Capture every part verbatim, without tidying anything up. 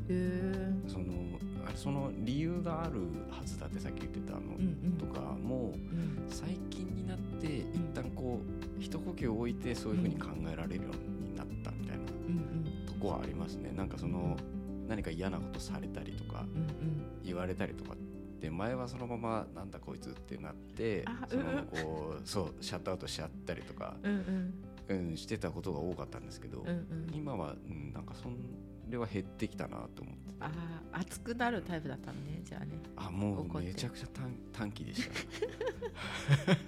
へそのあれその理由があるはずだってさっき言ってたのとかも、うん、最近になって一旦こう一呼吸置いてそういう風に考えられるようになったみたいなとこはありますね。なんかその何か嫌なことされたりとか言われたりとかって前はそのままなんだこいつってなってそのままこうそうシャットアウトしちゃったりとか、うんうんうん、してたことが多かったんですけど、うんうん、今は、うん、なんかそれは減ってきたなと思って。 ああ、熱くなるタイプだったのね、じゃあね。 あ、もうめちゃくちゃ 短, 短期でした、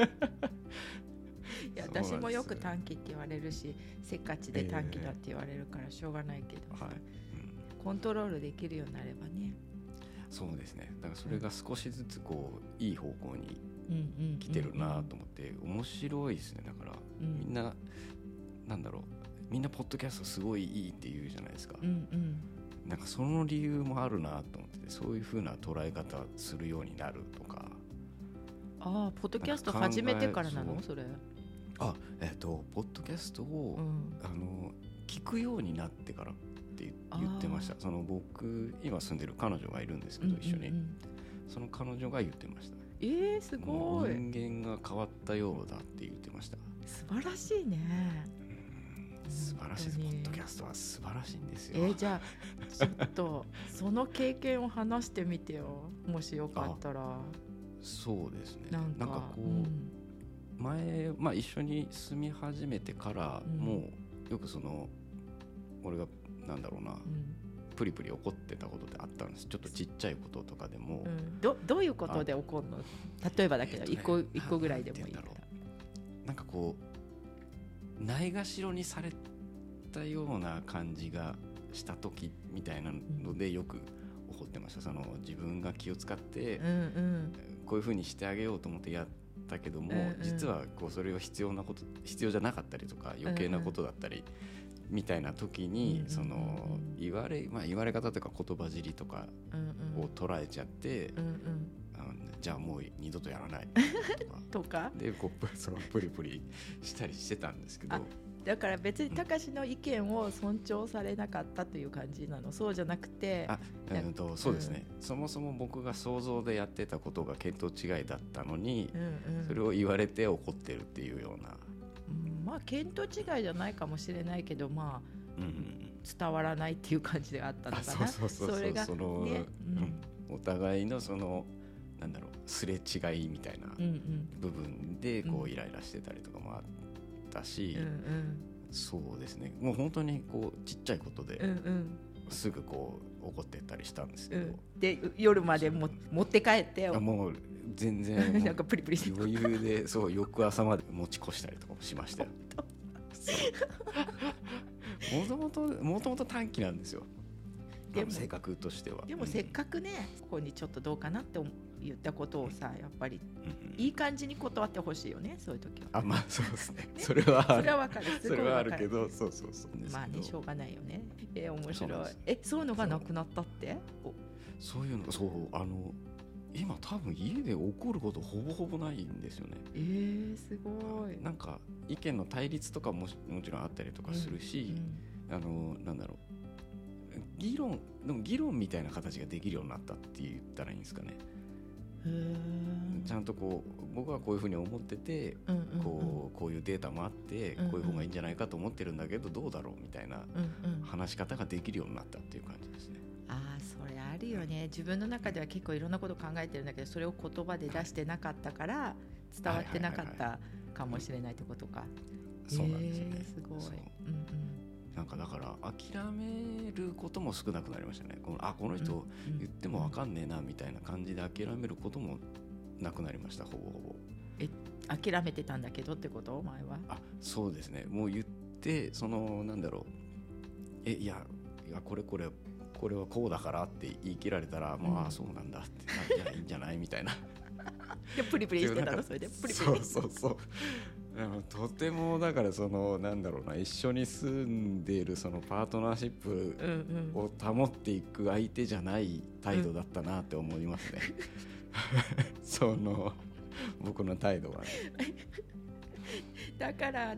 ね、 いや私もよく短期って言われるし、せっかちで短期だって言われるからしょうがないけど、えーはいうん、コントロールできるようになればね。 そうですね。だからそれが少しずつこういい方向に来てるなと思って面白いですね。だから、うん、みんななんだろう、みんなポッドキャストすごいいいって言うじゃないですか、うんうん、なんかその理由もあるなと思ってて、そういう風な捉え方するようになるとか。 ああ、ポッドキャスト始めてからなの そ, それあ、えっとポッドキャストを、うん、あの聞くようになってからって言ってました。その僕今住んでる彼女がいるんですけど、うんうんうん、一緒にその彼女が言ってました。 えー、すごい。 人間が変わったようだって言ってました。 素晴らしいね。 素晴らしいです。ポッドキャストは素晴らしいんですよ。 えー、じゃあちょっとその経験を話してみてよ、もしよかったら。 そうですね。 なんか、 なんかこう、うん、前、まあ、一緒に住み始めてからもうよくその俺がなんだろうな、うん、プリプリ怒ってたことってあったんです。ちょっとちっちゃいこととかでも、うん、 ど, どういうことで怒るの？例えばだけど、えーとね、1, 個いっこぐらいでもいいから。 なんかこうないがしろにされたような感じがした時みたいなのでよく怒ってました。その自分が気を使って、うんうん、こういう風にしてあげようと思ってやったけども、うんうん、実はこうそれを必要なこと必要じゃなかったりとか余計なことだったり、うんうんみたいな時に、その言われ、まあ、言われ方とか言葉尻とかを捉えちゃって、うんうん、あのじゃあもう二度とやらないとかとかでこうそのプリプリしたりしてたんですけど、 だから別に高志の意見を尊重されなかったという感じなの？そうじゃなくて、 あ、うんと、そうですね、うん、そもそも僕が想像でやってたことが見当違いだったのに、うんうん、それを言われて怒ってるっていうような、 うん、まあ見当違いじゃないかもしれないけど、まあ、うんうん、伝わらないっていう感じがあったのかな。 そうそうそうそう、それが、ね、その、うん、お互いのそのなんだろうすれ違いみたいな部分でこうイライラしてたりとかもあったし、うんうん、そうですね、もう本当にこうちっちゃいことで、うんうん、すぐこう怒ってったりしたんですけど、うん、 で夜までも持って帰ってもう全然なんかプリプリして余裕でそう翌朝まで持ち越したりとかもしましたよ。もともともともと短気なんですよ、でも性格としては。 でもせっかくね、うん、ここにちょっとどうかなって言ったことをさ、やっぱりいい感じに断ってほしいよね、そういう時は。 あ、まあそうですね、それはそれはわかる、 それはあるけど、そうそうそう、 まあね、しょうがないよね。えー、面白い。そうえそういうのがなくなったって？ そういうの、そうあの今多分家で起こることほぼほぼないんですよね。 えー、すごい。 なんか意見の対立とかももちろんあったりとかするし、うんうん、あのなんだろう、議論でも議論みたいな形ができるようになったって言ったらいいんですかね。へー、ちゃんとこう僕はこういうふうに思ってて、うんうんうん、こう、こういうデータもあって、うんうん、こういう方がいいんじゃないかと思ってるんだけどどうだろうみたいな話し方ができるようになったっていう感じですね。 ああ、それあるよね。自分の中では結構いろんなこと考えてるんだけど、それを言葉で出してなかったから伝わってなかったかもしれないってことか。 そうなんですよね。 すごい。うんうん、 なんかだから諦めることも少なくなりましたね。このあこの人言っても分かんねえなみたいな感じで諦めることもなくなりました。ほぼほぼ。 え諦めてたんだけどってこと？前は。あ、 そうですね。もう言ってそのなんだろう、えいやいやこれこれこれはこうだからって言い切られたら、うん、まあそうなんだってなじゃあいいんじゃないみたいな。 でプリプリしてたのそれでプリプリ。 そうそうそう。とてもだからそのなんだろうな、一緒に住んでいるそのパートナーシップを保っていく相手じゃない態度だったなって思いますね。うん、その僕の態度はね。 だからあの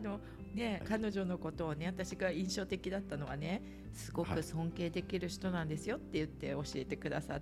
ね、 はい、 彼女のことをね、私が印象的だったのはね、すごく尊敬できる人なんですよって言って教えてくださって、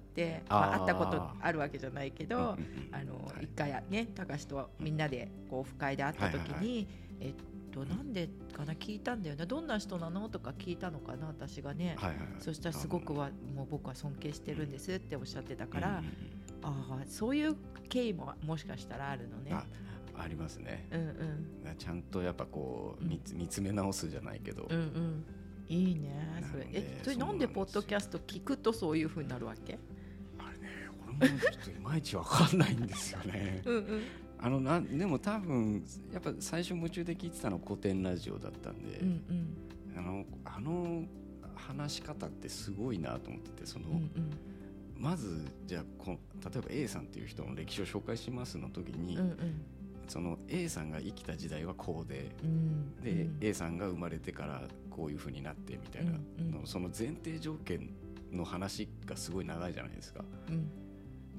はい、 まあ、会ったことあるわけじゃないけど、 うんうんうん、 あの、 はい、 一回ね、高橋とみんなでこうオフ会で会った時に、はいはいはい、えっとなんでかな、聞いたんだよね、どんな人なのとか聞いたのかな、私がね、はいはいはい、そしたらすごくはもう僕は尊敬してるんですっておっしゃってたから、うんうんうん、ああ、そういう経緯ももしかしたらあるのね。 あありますね、 うんうん、 ちゃんとやっぱこう 見,、うん、見つめ直すじゃないけど、 うんうん、いいねそれ。え、それなんでポッドキャスト聞くとそういう風になるわけ？ あれね、俺もちょっといまいちわかんないんですよねうん、うん、あのなでも多分やっぱ最初夢中で聞いてたの古典ラジオだったんで、うんうん、あのあの話し方ってすごいなと思ってて、その、うんうん、まずじゃあこ例えば A さんっていう人の歴史を紹介しますの時に、うんうん、その A さんが生きた時代はこうで、うん、で、うん、A さんが生まれてからこういう風になってみたいな、うんうん、その前提条件の話がすごい長いじゃないですか、うん、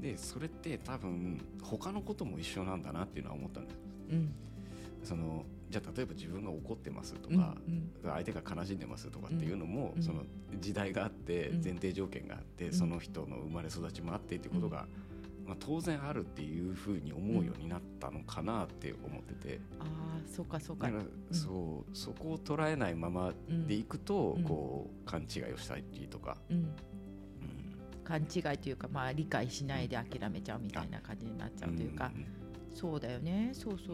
でそれって多分他のことも一緒なんだなっていうのは思ったんです、うん、そのじゃあ例えば自分が怒ってますとか、うんうん、相手が悲しんでますとかっていうのも、うん、その時代があって前提条件があって、うん、その人の生まれ育ちもあってっていうことが、うん、まあ、当然あるっていうふうに思うようになったのかなって思ってて、 うん、ああそうかそうか、 だから、うん、そうそこを捉えないままでいくと、うん、こう勘違いをしたりとか、うんうん、 勘違いというか、まあ、理解しないで諦めちゃうみたいな感じになっちゃうというか、うん、そうだよね、そうそうそう、うん、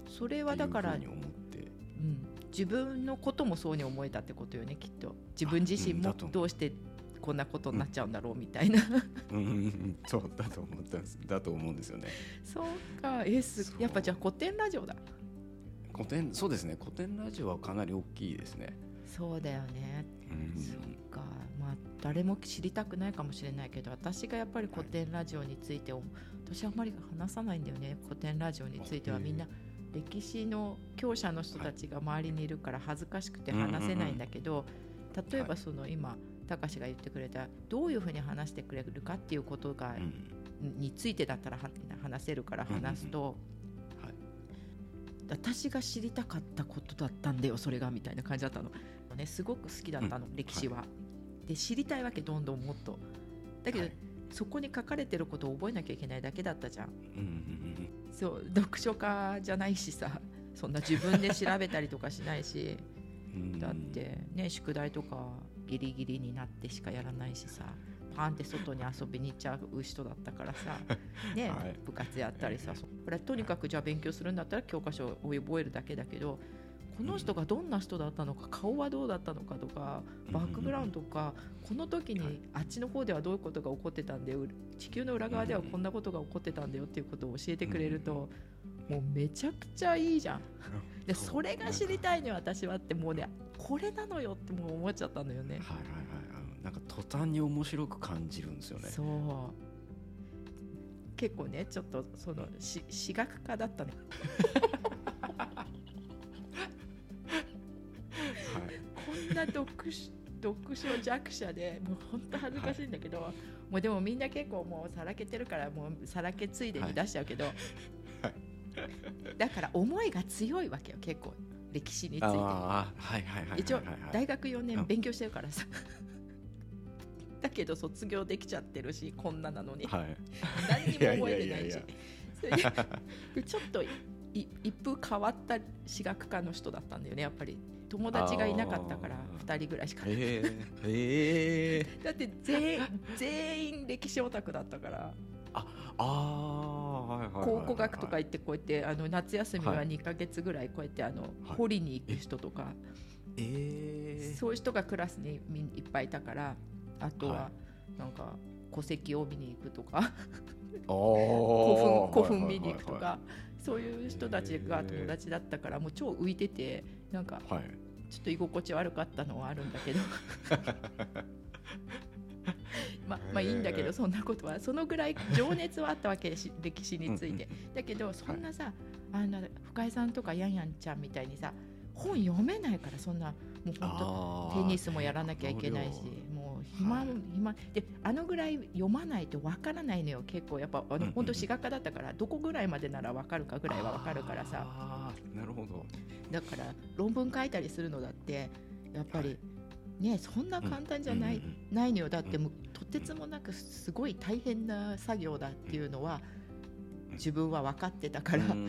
それはだから、うん、自分のこともそうに思えたってことよね、きっと自分自身もどうしてこんなことになっちゃうんだろうみたいな、 うんうん、そうだと思ったんですだと思うんですよね。 そうか、えすやっぱじゃあ古典ラジオだ。 古典、そうですね、古典ラジオはかなり大きいですね。 そうだよね、うん、そうか、まあ誰も知りたくないかもしれないけど、私がやっぱり古典ラジオについて、はい、私はあんまり話さないんだよね。古典ラジオについてはみんな歴史の教者の人たちが周りにいるから恥ずかしくて話せないんだけど、例えばその今たかしが言ってくれたどういうふうに話してくれるかっていうことが、うん、についてだったら話せるから話すと、うんうん、はい、私が知りたかったことだったんだよそれがみたいな感じだったの、ね、すごく好きだったの、うん、歴史は、はい、で知りたいわけ、どんどんもっとだけど、はい、そこに書かれてることを覚えなきゃいけないだけだったじゃん、うんうんうん、そう読書家じゃないしさ、そんな自分で調べたりとかしないしだってね、宿題とかギリギリになってしかやらないしさ、パンって外に遊びに行っちゃう人だったからさ、ね、はい、部活やったりさ、これとにかくじゃあ勉強するんだったら教科書を覚えるだけだけど、この人がどんな人だったのか、顔はどうだったのかとか、バックグラウンドとか、この時にあっちの方ではどういうことが起こってたんだよ、地球の裏側ではこんなことが起こってたんだよっていうことを教えてくれると、もうめちゃくちゃいいじゃん。でそれが知りたいのよ私はって、もうねこれなのよってもう思っちゃったんだよね。はいはいはい、 あのなんか途端に面白く感じるんですよね。 そう結構ねちょっとそのし私学科だったねはい、こんな読書読書弱者でもう本当恥ずかしいんだけど、はい、もうでもみんな結構もうさらけてるからもうさらけついでに出しちゃうけど、はいはい、だから思いが強いわけよ結構歴史について。一応大学よねん勉強してるからさだけど卒業できちゃってるしこんななのに、はい、何にも覚えてないし、それでちょっと一風変わった私学科の人だったんだよね。やっぱり友達がいなかったからふたりぐらいしか、えーえー、だって全員、全員歴史オタクだったから、ああ考古学とか行ってこうやってあの夏休みはにかげつぐらいこうやってあの、はい、掘りに行く人とか、えー、そういう人がクラスにいっぱいいたから、あとはなんか戸籍を見に行くとか古墳、古墳見に行くとか、そういう人たちが友達だったからもう超浮いてて、なんかちょっと居心地悪かったのはあるんだけどま, まあいいんだけど、そんなことはそのぐらい情熱はあったわけです歴史についてだけどそんなさ、はい、あの深井さんとかヤンヤンちゃんみたいにさ本読めないから、そんなもう本当テニスもやらなきゃいけないし、もう暇、はい、暇であのぐらい読まないとわからないのよ。結構やっぱあの、うんうん、本当私学科だったからどこぐらいまでならわかるかぐらいはわかるからさ。 あなるほど。 だから論文書いたりするのだってやっぱり、はいね、そんな簡単じゃない、うんうんうん、ないのよ。だってもうとてつもなくすごい大変な作業だっていうのは自分は分かってたから、うん、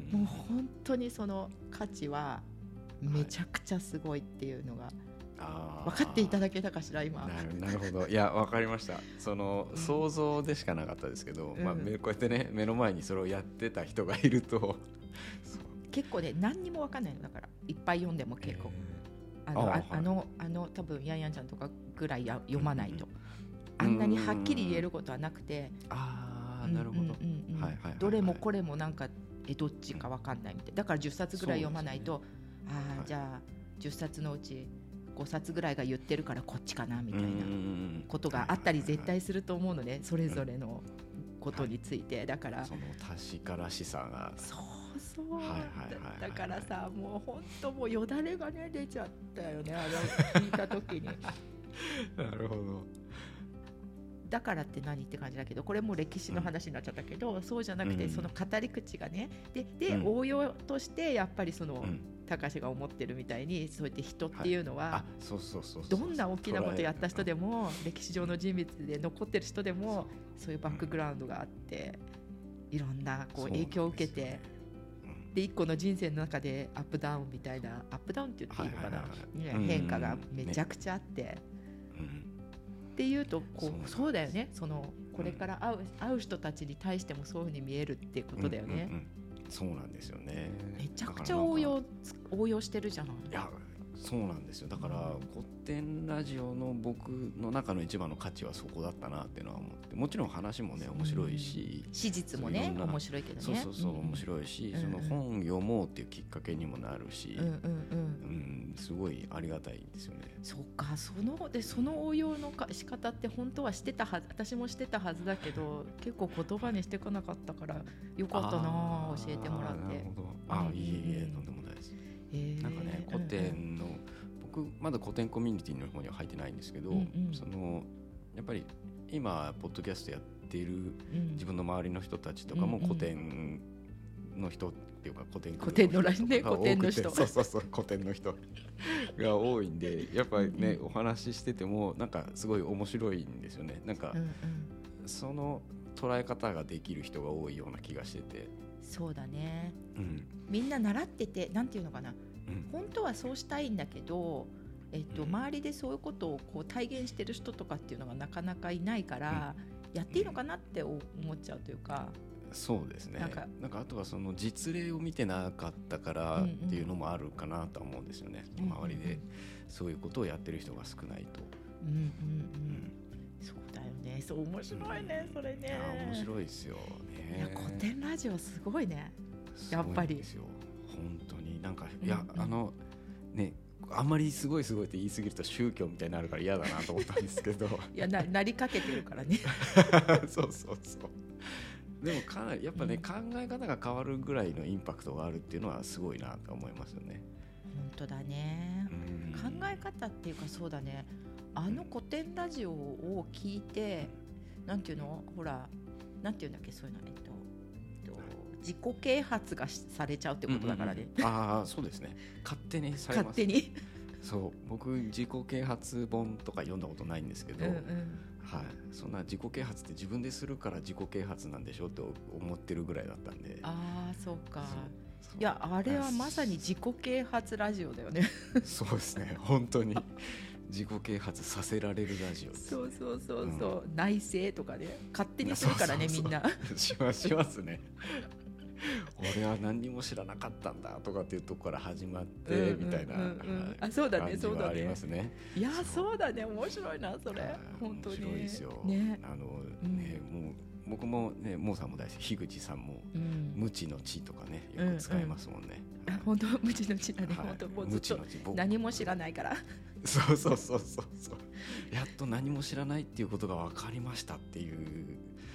もう本当にその価値はめちゃくちゃすごいっていうのが分かっていただけたかしら今。 なる、なるほど。いや分かりました。その想像でしかなかったですけど、うんまあ、こうやってね目の前にそれをやってた人がいると結構ね何にも分かんないのだからいっぱい読んでも結構あの、あ、あの、あの多分ヤンヤンちゃんとかぐらいや読まないと、うんうん、あんなにはっきり言えることはなくて、 ああなるほど、 どれもこれもなんかえどっちか分かんないみたいだからじゅっさつぐらい読まないと、ね、ああ、はい、じゃあじゅっさつのうちごさつぐらいが言ってるからこっちかなみたいなことがあったり絶対すると思うのね、それぞれのことについて、はい、だからその確からしさがそうそう、はいはいはいはい、だ, だからさもう本当もうよだれがね出ちゃったよねあれ聞いた時になるほど。 だからって何って感じだけどこれも歴史の話になっちゃったけど、うん、そうじゃなくてその語り口がねで, で、うん、応用としてやっぱりその、うん高志が思ってるみたいにそうやって人っていうのはどんな大きなことやった人でも歴史上の人物で残ってる人でもそういうバックグラウンドがあっていろんなこう影響を受けてで一個の人生の中でアップダウンみたいなアップダウンって言っていいのかな変化がめちゃくちゃあってっていうとこうそうだよねそのこれから会う、会う人たちに対してもそういうふうに見えるっていうことだよね。 うんうんうんそうなんですよね。 めちゃくちゃ応用応用してるじゃない。 いやそうなんですよ。だから古典ラジオの僕の中の一番の価値はそこだったなっていうのは思ってもちろん話もね面白いし、 うん、史実もね面白いけどねそうそうそう、うん、面白いし、うん、その本読もうっていうきっかけにもなるし、うんうんうんうん、すごいありがたいんですよね。 そっかそのでその応用のか仕方って本当はしてたはず私もしてたはずだけど結構言葉にしてこなかったからよかったな教えてもらって。 なるほど。あ、うん、いえいえとんでもないです。えー、なんかね古典の、うんうん、僕まだ古典コミュニティの方には入ってないんですけど、うんうん、そのやっぱり今ポッドキャストやっている自分の周りの人たちとかも古典の人っていうか古典古典のらしいね古典の人そうそうそう古典の人が多いんでやっぱりね、うんうん、お話ししててもなんかすごい面白いんですよね。なんか、うんうん、その捉え方ができる人が多いような気がしてて。 そうだね、うん、みんな習っててなんていうのかな、うん、本当はそうしたいんだけど、えっと、周りでそういうことをこう体現してる人とかっていうのがなかなかいないから、うん、やっていいのかなって思っちゃうというか、 うん、そうですね。なんか、なんかあとはその実例を見てなかったからっていうのもあるかなと思うんですよね、うんうん、周りでそういうことをやってる人が少ないと、うんうんうんうん、 そうだよね。そう面白いね、うん、それね。いや面白いですよ、ね、 いや古典ラジオすごいねやっぱり。 ですよ本当になんか、いや、うんうん、あのねあんまりすごいすごいって言い過ぎると宗教みたいになるから嫌だなと思ったんですけどいや な, なりかけてるからねそうそうそうでもかなりやっぱね、うん、考え方が変わるぐらいのインパクトがあるっていうのはすごいなと思いますよね。 本当だね、うん、考え方っていうかそうだねあの古典ラジオを聞いて、うん、なんていうのほらなんていうんだっけそういうのえっと自己啓発がされちゃうってことだからね、 うんうん、ああそうですね勝手にされます。 勝手にそう僕自己啓発本とか読んだことないんですけど、うんうんはい、そんな自己啓発って自分でするから自己啓発なんでしょって思ってるぐらいだったんで。 ああそうかそういやあれはまさに自己啓発ラジオだよねそうですね本当に自己啓発させられるラジオです、ね、 そうそうそうそう、うん、内省とかね勝手にするからねみんなしますしますね俺は何にも知らなかったんだとかっていうところから始まってみたいな感じはありますね。 いやそうだね面白いなそれ本当に面白いですよ、ねあのねうん、もう僕もねモーさんも大好き樋口さんも、うん、無知の知とかねよく使いますもんね、 うんうん、本当無知の知だね、はい、本当もうずっと何も知らないからそうそうそうそうそうやっと何も知らないっていうことが分かりましたっていう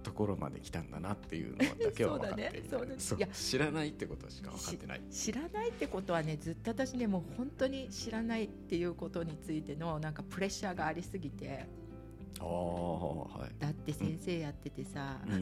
ところまで来たんだなっていうのだけは分かっているそうだね、 そういや知らないってことしか分かってない。 知らないってことはね、ずっと私ねもう本当に知らないっていうことについてのなんかプレッシャーがありすぎて、 あ、はい、 だって先生やっててさ、 うんうんうん、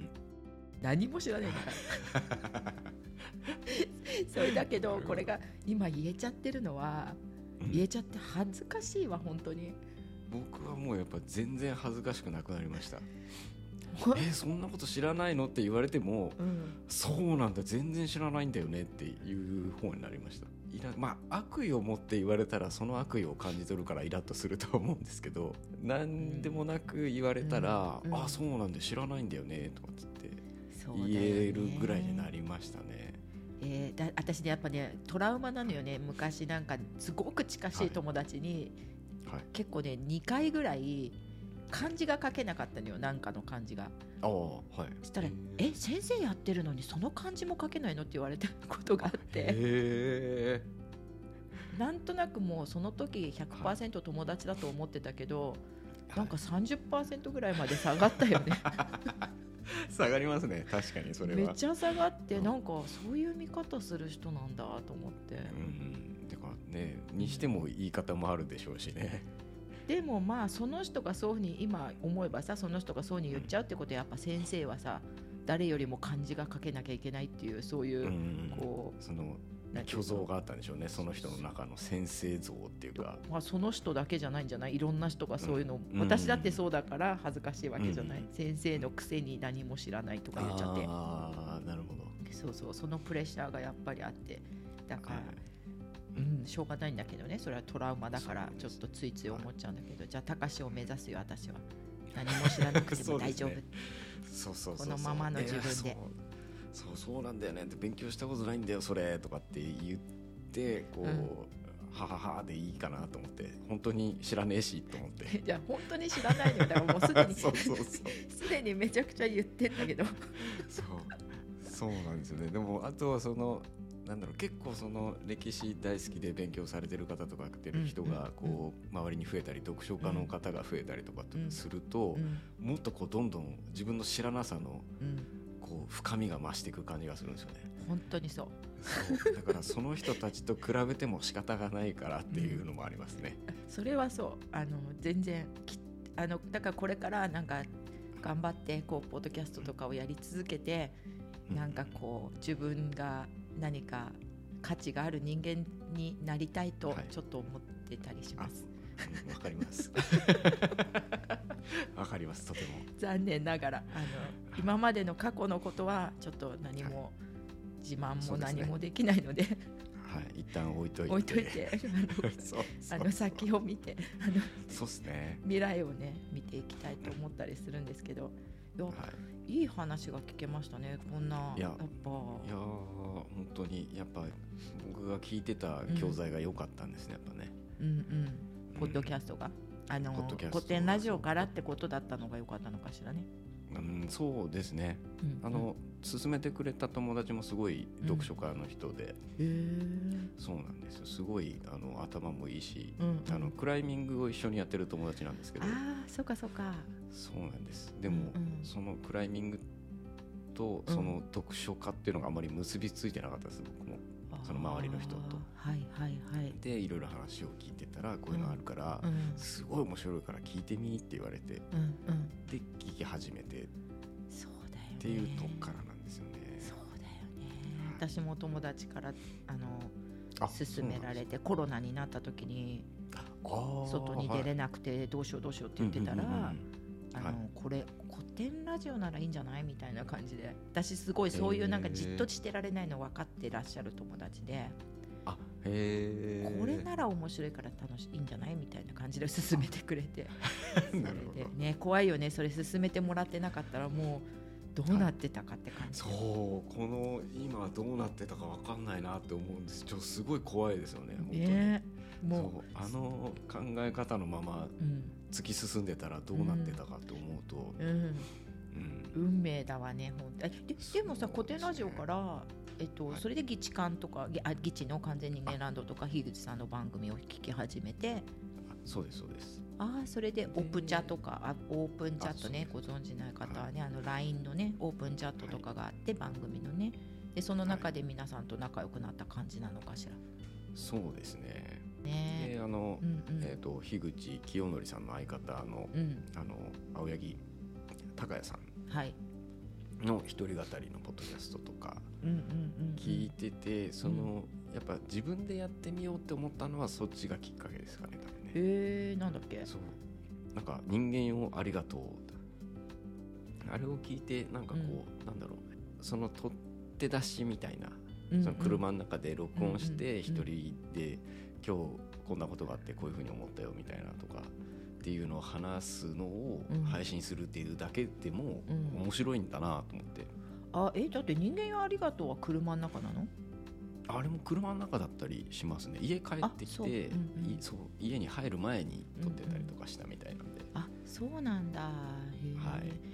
何も知らないんだからそれだけどこれが今言えちゃってるのは、うん、言えちゃって恥ずかしいわ本当に。 僕はもうやっぱ全然恥ずかしくなくなりましたえそんなこと知らないのって言われても、うん、そうなんだ全然知らないんだよねっていう方になりました。いらまあ悪意を持って言われたらその悪意を感じ取るからイラッとすると思うんですけど、何でもなく言われたら、うんうん、あそうなんで知らないんだよねとかって言えるぐらいになりましたね。 えー、だ私ねやっぱねトラウマなのよね。昔なんかすごく近しい友達に、はいはい、結構ねにかいぐらい漢字が書けなかったのよ、なんかの漢字が。あ、はい、そしたらえ先生やってるのにその漢字も書けないのって言われたことがあって、へなんとなくもうその時 ひゃくパーセント 友達だと思ってたけど、はい、なんか さんじゅっパーセント ぐらいまで下がったよね下がりますね、確かにそれはめっちゃ下がって、うん、なんかそういう見方する人なんだと思って、 うん、てかねにしても言い方もあるでしょうしね。 でもまあその人がそういうふうに今思えばさ、その人がそういうふうに言っちゃうってことはやっぱ先生はさ誰よりも漢字が書けなきゃいけないっていうそういう、うん、こうその虚像があったんでしょうね、その人の中の先生像っていうか、 まあ、その人だけじゃないんじゃない、いろんな人がそういうの、うん、私だってそうだから恥ずかしいわけじゃない、うん、先生のくせに何も知らないとか言っちゃって、 ああなるほど、 そうそう、そのプレッシャーがやっぱりあって、だから、はい、うん、しょうがないんだけどね、それはトラウマだからちょっとついつい思っちゃうんだけど、じゃあ高志を目指すよ私は、何も知らなくても大丈夫そうそうそうそう、 このままの自分で、 そうそうなんだよねって勉強したことないんだよそれとかって言ってこう、うん、はははでいいかなと思って、本当に知らねえしと思ってじゃあ本当に知らないのだからもうすでにそうそうそうすでにめちゃくちゃ言ってんだけどそうそうなんですよね。でもあとはそのなんだろう、結構その歴史大好きで勉強されてる方とかってる人がこう周りに増えたり、読書家の方が増えたりとかすると、もっとこうどんどん自分の知らなさのこう深みが増していく感じがするんですよね。 本当にそう。 そうだからその人たちと比べても仕方がないからっていうのもありますね。 それはそう、あの全然あのだからこれからなんか頑張ってこうポッドキャストとかをやり続けて、なんかこう自分が何か価値がある人間になりたいとちょっと思ってたりします。 わ、はい、かりますわかります、とても残念ながらあの今までの過去のことはちょっと何も自慢も何もできないので、はい、 一旦置いといて置いといてあの先を見てあのそうっすね、 未来をね見ていきたいと思ったりするんですけど、いや、はい、いい話が聞けましたね。こんなやっぱいや本当にやっぱ僕が聞いてた教材が良かったんですね、うん、やっぱね、 うんうん、ポッドキャストが、あの古典ラジオからってことだったのが良かったのかしらね。 うん、そうですね、うん、あの勧めてくれた友達もすごい読書家の人で、うん、そうなんですよ、すごいあの頭もいいし、うんうん、あのクライミングを一緒にやってる友達なんですけど、 ああそうかそうか、 そうなんです。でも、うんうん、そのクライミングとその読書家っていうのがあまり結びついてなかったです、僕もその周りの人と、 はいはいはい、でいろいろ話を聞いてたらこういうのあるから、うんうん、すごい面白いから聞いてみって言われて、うんうん、で聞き始めて、 そうだよねっていうとこからなんですよね。 そうだよね、はい、私も友達からあの勧められて、コロナになった時に外に出れなくてどうしようどうしようって言ってたら、あの、はい、これ古典ラジオならいいんじゃないみたいな感じで、私すごいそういうなんかじっとしてられないの分かってらっしゃる友達で、 あへこれなら面白いから楽しいんじゃないみたいな感じで勧めてくれてそれで、ね、怖いよね、それ勧めてもらってなかったらもうどうなってたかって感じ、 はい、そうこの今どうなってたか分かんないなって思うんです。ちょっとすごい怖いですよね、本当に、ね、もうあの考え方のまま突き進んでたらどうなってたかって思うと、うんうんうん、運命だわね本当。で, でもさ、古典ラジオから、えっとはい、それでギチカンとかあギチの完全人間ランドとか樋口さんの番組を聞き始めて、 そうですそうです。 ああ、それでオプチャとか、あオープンチャットね、ご存じない方はね、はい、あの ライン のねオープンチャットとかがあって、はい、番組のね、でその中で皆さんと仲良くなった感じなのかしら。 そうですね。 ねであの、 うんうん、 えーと、樋口清則さんの相方の、うん、あの青柳高也さんの一人語りのポッドキャストとか聞いてて、うん、そのやっぱ自分でやってみようって思ったのはそっちがきっかけですかね、多分ね。 へえー、なんだっけ。 そうなんか人間をありがとう、あれを聞いてなんかこう、うん、なんだろう、その取って出しみたいな、うんうん、その車の中で録音して一人で今日こんなことがあってこういうふうに思ったよみたいなとかっていうのを話すのを配信するっていうだけでも面白いんだなと思って、 うん、あえだって人間よありがとうは車の中なの？ あれも車の中だったりしますね。家帰ってきて、そう、うんうん、そう家に入る前に撮ってたりとかしたみたいなんで、 うんうん、あそうなんだ。へ、はい、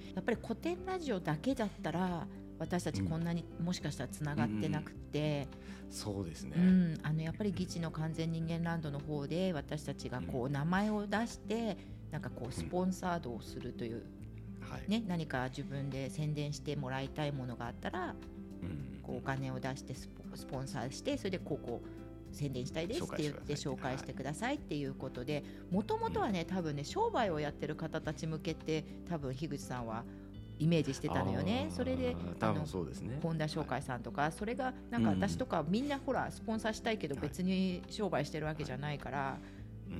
やっぱり古典ラジオだけだったら私たちこんなにもしかしたらつながってなくて、 うん、そうですね、 うん、あのやっぱりギチの完全人間ランドの方で私たちがこう名前を出してなんかこうスポンサードをするという、うんはいね、何か自分で宣伝してもらいたいものがあったら、うん、こうお金を出してス ポ, スポンサーしてそれでこうこう宣伝したいですって言って紹介してくださいっていうことで、もともとはね多分ね商売をやってる方たち向けって多分樋口さんはイメージしてたのよね。それで多分そうですね、 本田商会さんとか、はい、それがなんか私とかみんなほらスポンサーしたいけど別に商売してるわけじゃないから、はい、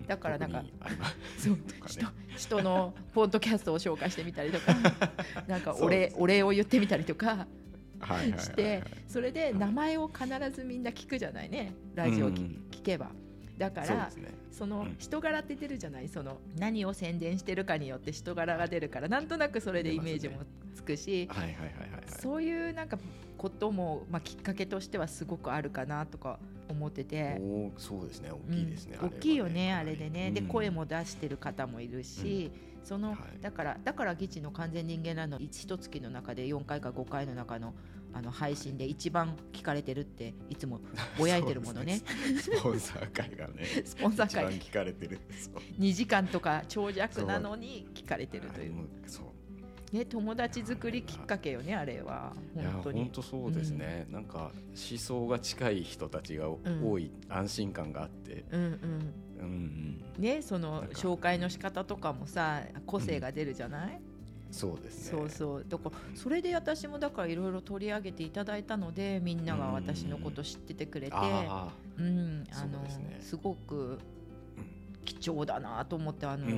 だからなんか、そう、人, 人のポッドキャストを紹介してみたりとかなんか お, 礼お礼を言ってみたりとかして、それで名前を必ずみんな聞くじゃないね、ラジオ 聞,、うん、聞けば。だから そ,、ね、その人柄って出るじゃない、その何を宣伝してるかによって人柄が出るからなんとなくそれでイメージもつくし、そういうなんかことも、まあ、きっかけとしてはすごくあるかなとか思ってて。 おそうですね、大きいですね、 うん、大きいよねあれでね、うん、で声も出してる方もいるし、うん、その、はい、だからだからギチの完全人間ランドいち月の中でよんかいかごかいの中のあの配信で一番聞かれてるっていつもぼやいてるものねスポンサー会がねスポンサー会一番聞かれてるにじかんとか長尺なのに聞かれてるという、そうね、友達作りきっかけよねあれは。本当に、いや本当そうですね、うん、なんか思想が近い人たちが多い、うん、安心感があって、うんうんうんうん、ね、その紹介の仕方とかもさ個性が出るじゃない、うん、 そうですね、 そうそう、だからそれで私もだからいろいろ取り上げていただいたのでみんなが私のこと知っててくれて、うん、あうん、あの す,、ね、すごく貴重だなと思って、あの、うん、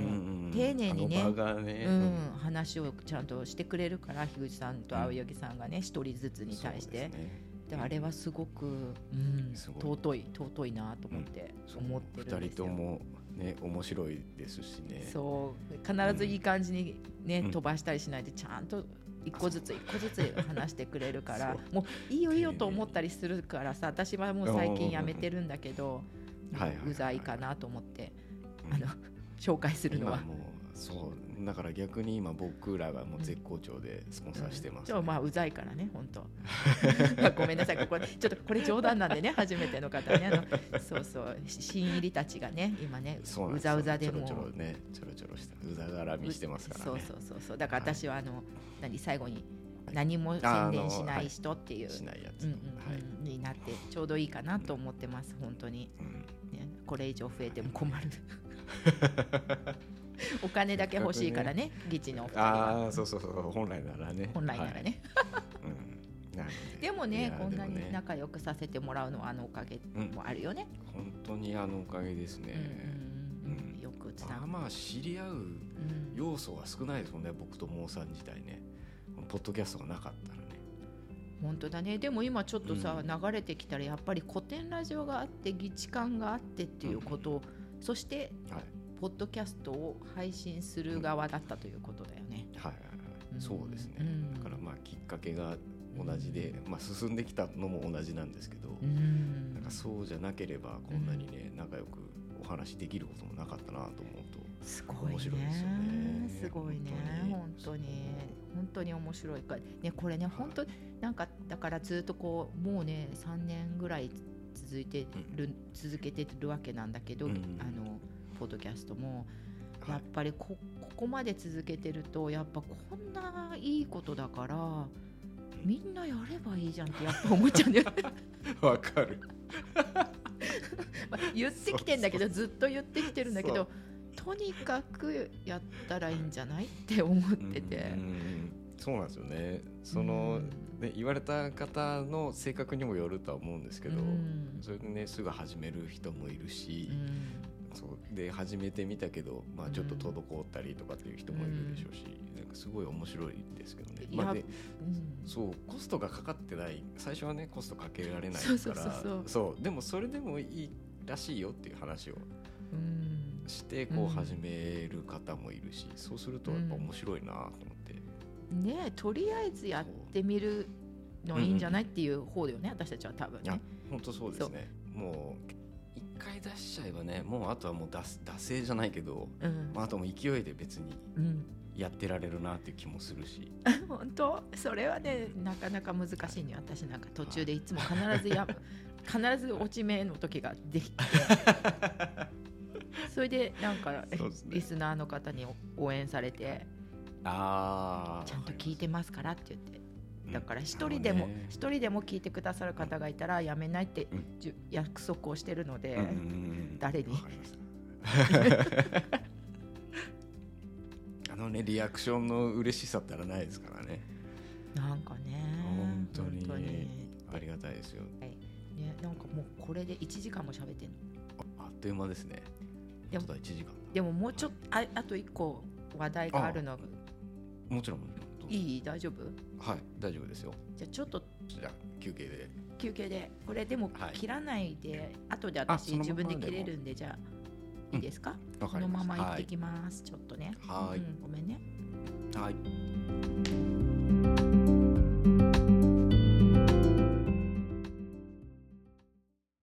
丁寧に ね, ね、うん、話をちゃんとしてくれるから樋口さんと青柳さんがね一、うん、人ずつに対して、であれはすごく、うん、尊い尊いなと思って思ってるんですよ。 ふたりともね、面白いですしね。 そう必ずいい感じに、ね、うん、飛ばしたりしないでちゃんと一個ずつ一個ずつ話してくれるからもういいよいいよと思ったりするからさ、私はもう最近やめてるんだけど、うざいかなと思って、あの紹介するのはもうそうだから逆に今僕らがもう絶好調でスポンサーしてます、 ね、うん、まあうざいからね本当ごめんなさい、これちょっとこれ冗談なんでね初めての方ね、あのそうそう新入りたちがね今ねうざうざでもちょろちょろねちょろちょろしたうざがらみしてますからね。 そうそうそうそう、だから私はあの、はい、何最後に何も宣伝しない人っていう、はい、しないやつ、うんうんうんはい、になってちょうどいいかなと思ってます本当に、うんね、これ以上増えても困るお金だけ欲しいからね、ギチのお二人は。 ああ、そうそうそう、本来ならね。 本来ならね。 はいうん、なで, でもね、こんなに仲良くさせてもらうのはあのおかげもあるよね。 うん、本当にあのおかげですね。 うんうんうん、よくつながる。 まあまあ知り合う要素は少ないですもんね、僕とモーさん自体ね。ポッドキャストがなかったらね。 本当だね。でも今ちょっとさ、うん、流れてきたらやっぱり古典ラジオがあってギチ感があってっていうことを、うん、そして、はいポッドキャストを配信する側だったということだよね。 うん、はい、はいうん、そうですね、うん、だからまあきっかけが同じで、うんまあ、進んできたのも同じなんですけど、うん、なんかそうじゃなければこんなにね、うん、仲良くお話できることもなかったなと思うとすごいね、 面白いですよね。 すごいね本当に本当に面白いか、ね、これね本当なんかだからずっとこうもうねさんねんぐらい続いてる、うん、続けてるわけなんだけど、うん、あのポッドキャストもやっぱり こ, ここまで続けてるとやっぱこんないいことだからみんなやればいいじゃんってやっぱ思っちゃうんだよねわかるまあ言ってきてんだけどずっと言ってきてるんだけどとにかくやったらいいんじゃないって思ってて、 うんうん、そうなんですよね。その、うんね、言われた方の性格にもよるとは思うんですけど、うん、それでねすぐ始める人もいるし、うん、そうで始めてみたけど、まあ、ちょっと滞ったりとかっていう人もいるでしょうし、うん、なんかすごい面白いですけどね、まあでうん、そうコストがかかってない最初はねコストかけられないから、そうそうそうそうそうでもそれでもいいらしいよっていう話を、うんしてこう始める方もいるし、うん、そうするとやっぱ面白いなと思って、 うん、ねとりあえずやってみるのいいんじゃないっていう方だよね、うん、私たちは多分ね。いや本当そうですね。もう一回出しちゃえばねもうあとはもう出す惰性じゃないけど、うんまあ、あともう勢いで別にやってられるなっていう気もするし、 うん、本当それはねなかなか難しいね。私なんか途中でいつも必ずや必ず落ち目の時ができてそれでなんか、ね、リスナーの方に応援されてあちゃんと聞いてますからって言ってだから一人でも一、うん、人でも聞いてくださる方がいたらやめないって、うん、約束をしてるので、うんうんうん、誰にあのねリアクションの嬉しさったらないですからね。 なんかね本当に、本当にありがたいですよ、 はいね、なんかもうこれでいちじかんも喋ってんのあ, あっという間ですね。 でもいちじかんでももうちょっと、はい、あ, あといっこ話題があるの。 もちろんいい大丈夫？ はい大丈夫ですよ。 じゃあちょっとじゃあ休憩で休憩でこれでも切らないで、はい、後で私自分で切れるんでじゃあいいですか？うん、このまま行ってきます、はい、ちょっとね、 はい、 うん、ごめんね。 はい